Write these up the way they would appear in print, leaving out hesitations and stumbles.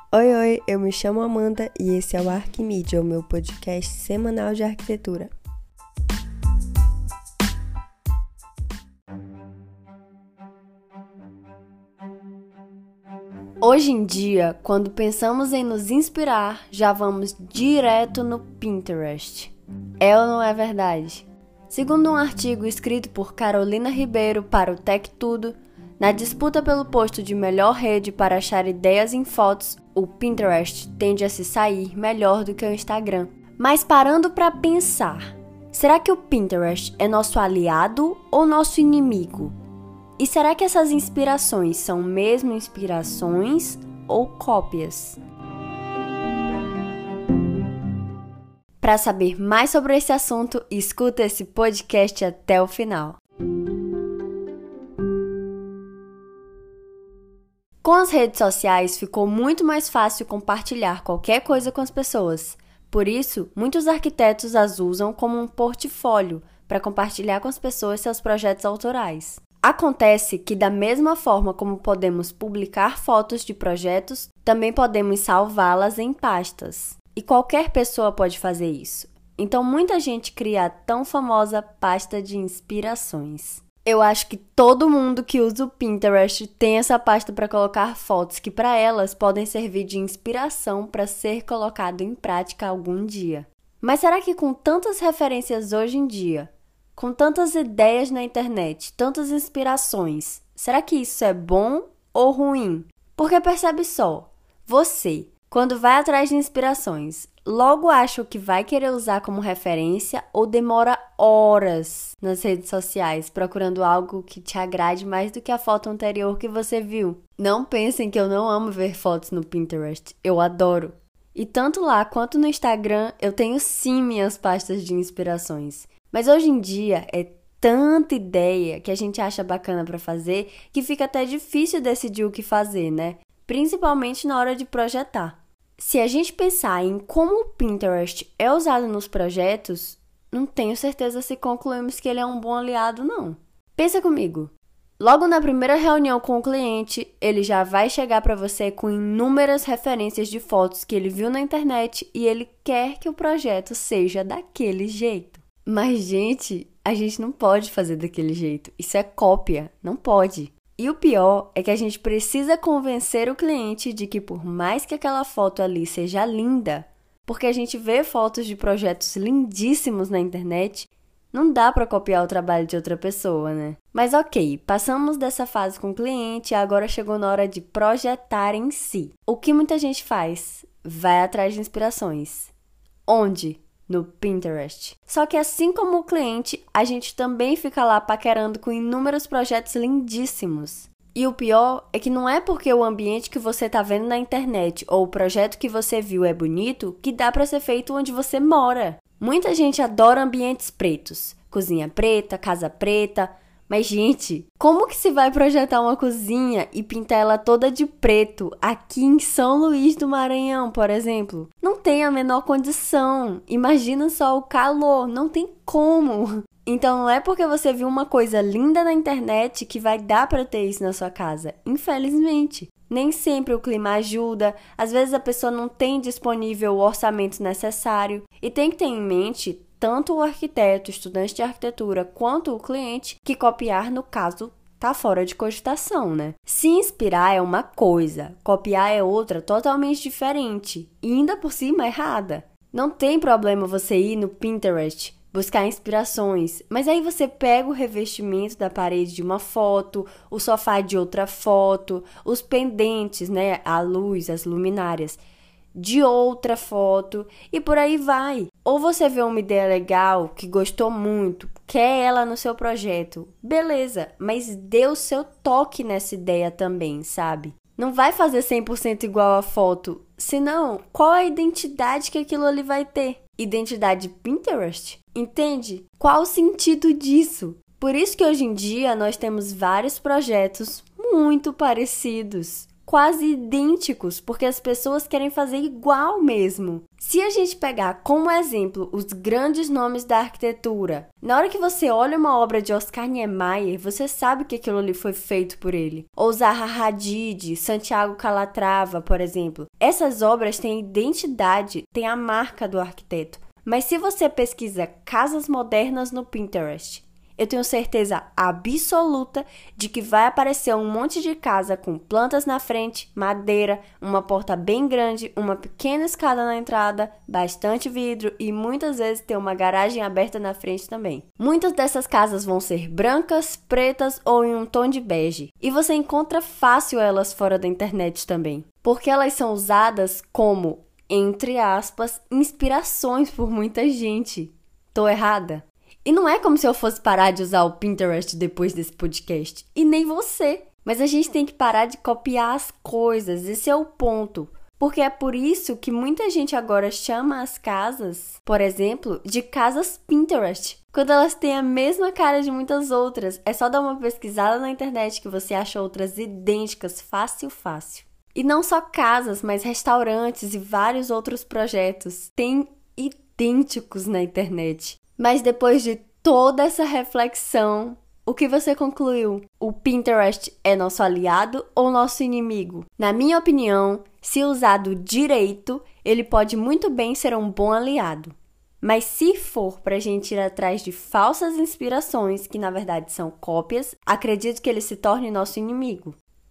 Oi, oi, eu me chamo Amanda e esse é o Arquimídia, o meu podcast semanal de arquitetura. Hoje em dia, quando pensamos em nos inspirar, já vamos direto no Pinterest. É ou não é verdade? Segundo um artigo escrito por Carolina Ribeiro para o Tech Tudo, na disputa pelo posto de melhor rede para achar ideias em fotos, o Pinterest tende a se sair melhor do que o Instagram. Mas parando para pensar, será que o Pinterest é nosso aliado ou nosso inimigo? E será que essas inspirações são mesmo inspirações ou cópias? Para saber mais sobre esse assunto, escuta esse podcast até o final. Com as redes sociais, ficou muito mais fácil compartilhar qualquer coisa com as pessoas. Por isso, muitos arquitetos as usam como um portfólio para compartilhar com as pessoas seus projetos autorais. Acontece que, da mesma forma como podemos publicar fotos de projetos, também podemos salvá-las em pastas. E qualquer pessoa pode fazer isso. Então, muita gente cria a tão famosa pasta de inspirações. Eu acho que todo mundo que usa o Pinterest tem essa pasta para colocar fotos que, para elas, podem servir de inspiração para ser colocado em prática algum dia. Mas será que com tantas referências hoje em dia, com tantas ideias na internet, tantas inspirações, será que isso é bom ou ruim? Porque percebe só, você, quando vai atrás de inspirações, logo acha o que vai querer usar como referência ou demora horas nas redes sociais procurando algo que te agrade mais do que a foto anterior que você viu. Não pensem que eu não amo ver fotos no Pinterest, eu adoro. E tanto lá quanto no Instagram eu tenho sim minhas pastas de inspirações. Mas hoje em dia é tanta ideia que a gente acha bacana para fazer que fica até difícil decidir o que fazer, né? Principalmente na hora de projetar. Se a gente pensar em como o Pinterest é usado nos projetos, não tenho certeza se concluímos que ele é um bom aliado, não. Pensa comigo. Logo na primeira reunião com o cliente, ele já vai chegar para você com inúmeras referências de fotos que ele viu na internet e ele quer que o projeto seja daquele jeito. Mas, gente, a gente não pode fazer daquele jeito. Isso é cópia, não pode. E o pior é que a gente precisa convencer o cliente de que por mais que aquela foto ali seja linda, porque a gente vê fotos de projetos lindíssimos na internet, não dá para copiar o trabalho de outra pessoa, né? Mas ok, passamos dessa fase com o cliente e agora chegou na hora de projetar em si. O que muita gente faz? Vai atrás de inspirações. Onde? No Pinterest. Só que assim como o cliente, a gente também fica lá paquerando com inúmeros projetos lindíssimos. E o pior é que não é porque o ambiente que você está vendo na internet ou o projeto que você viu é bonito que dá para ser feito onde você mora. Muita gente adora ambientes pretos, cozinha preta, casa preta. Mas, gente, como que se vai projetar uma cozinha e pintar ela toda de preto aqui em São Luís do Maranhão, por exemplo? Não tem a menor condição. Imagina só o calor, não tem como. Então, não é porque você viu uma coisa linda na internet que vai dar para ter isso na sua casa. Infelizmente. Nem sempre o clima ajuda, às vezes a pessoa não tem disponível o orçamento necessário. E tem que ter em mente tanto o arquiteto, estudante de arquitetura, quanto o cliente, que copiar, no caso, tá fora de cogitação, né? Se inspirar é uma coisa, copiar é outra totalmente diferente e ainda por cima errada. Não tem problema você ir no Pinterest, buscar inspirações, mas aí você pega o revestimento da parede de uma foto, o sofá de outra foto, os pendentes, né, a luz, as luminárias de outra foto e por aí vai. Ou você vê uma ideia legal, que gostou muito, quer ela no seu projeto, beleza, mas dê o seu toque nessa ideia também, sabe? Não vai fazer 100% igual a foto, senão qual a identidade que aquilo ali vai ter? Identidade Pinterest? Entende? Qual o sentido disso? Por isso que hoje em dia nós temos vários projetos muito parecidos. quase idênticos, porque as pessoas querem fazer igual mesmo. Se a gente pegar como exemplo os grandes nomes da arquitetura, na hora que você olha uma obra de Oscar Niemeyer, você sabe que aquilo ali foi feito por ele. Ou Zaha Hadid, Santiago Calatrava, por exemplo. Essas obras têm identidade, têm a marca do arquiteto. Mas se você pesquisa casas modernas no Pinterest, eu tenho certeza absoluta de que vai aparecer um monte de casa com plantas na frente, madeira, uma porta bem grande, uma pequena escada na entrada, bastante vidro e muitas vezes ter uma garagem aberta na frente também. Muitas dessas casas vão ser brancas, pretas ou em um tom de bege. E você encontra fácil elas fora da internet também, porque elas são usadas como, entre aspas, inspirações por muita gente. Tô errada? E não é como se eu fosse parar de usar o Pinterest depois desse podcast. E nem você. Mas a gente tem que parar de copiar as coisas. Esse é o ponto. Porque é por isso que muita gente agora chama as casas, por exemplo, de casas Pinterest. Quando elas têm a mesma cara de muitas outras. É só dar uma pesquisada na internet que você acha outras idênticas fácil. E não só casas, mas restaurantes e vários outros projetos. Tem idênticos na internet. Mas depois de toda essa reflexão, o que você concluiu? O Pinterest é nosso aliado ou nosso inimigo? Na minha opinião, se usado direito, ele pode muito bem ser um bom aliado. Mas se for para a gente ir atrás de falsas inspirações, que na verdade são cópias, acredito que ele se torne nosso inimigo.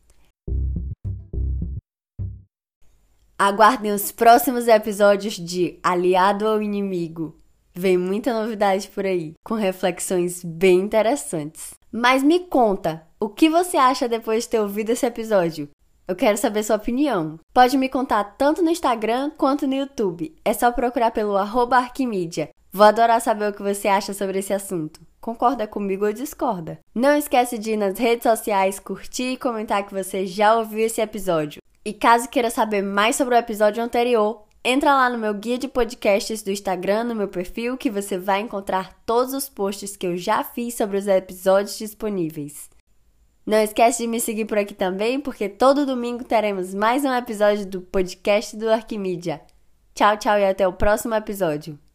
Aguardem os próximos episódios de Aliado ou Inimigo. Vem muita novidade por aí, com reflexões bem interessantes. Mas me conta, o que você acha depois de ter ouvido esse episódio? Eu quero saber sua opinião. Pode me contar tanto no Instagram quanto no YouTube. É só procurar pelo @Arquimedia. Vou adorar saber o que você acha sobre esse assunto. Concorda comigo ou discorda? Não esquece de ir nas redes sociais, curtir e comentar que você já ouviu esse episódio. E caso queira saber mais sobre o episódio anterior, entra lá no meu guia de podcasts do Instagram, no meu perfil, que você vai encontrar todos os posts que eu já fiz sobre os episódios disponíveis. Não esquece de me seguir por aqui também, porque todo domingo teremos mais um episódio do podcast do Arquimedia. Tchau, tchau e até o próximo episódio.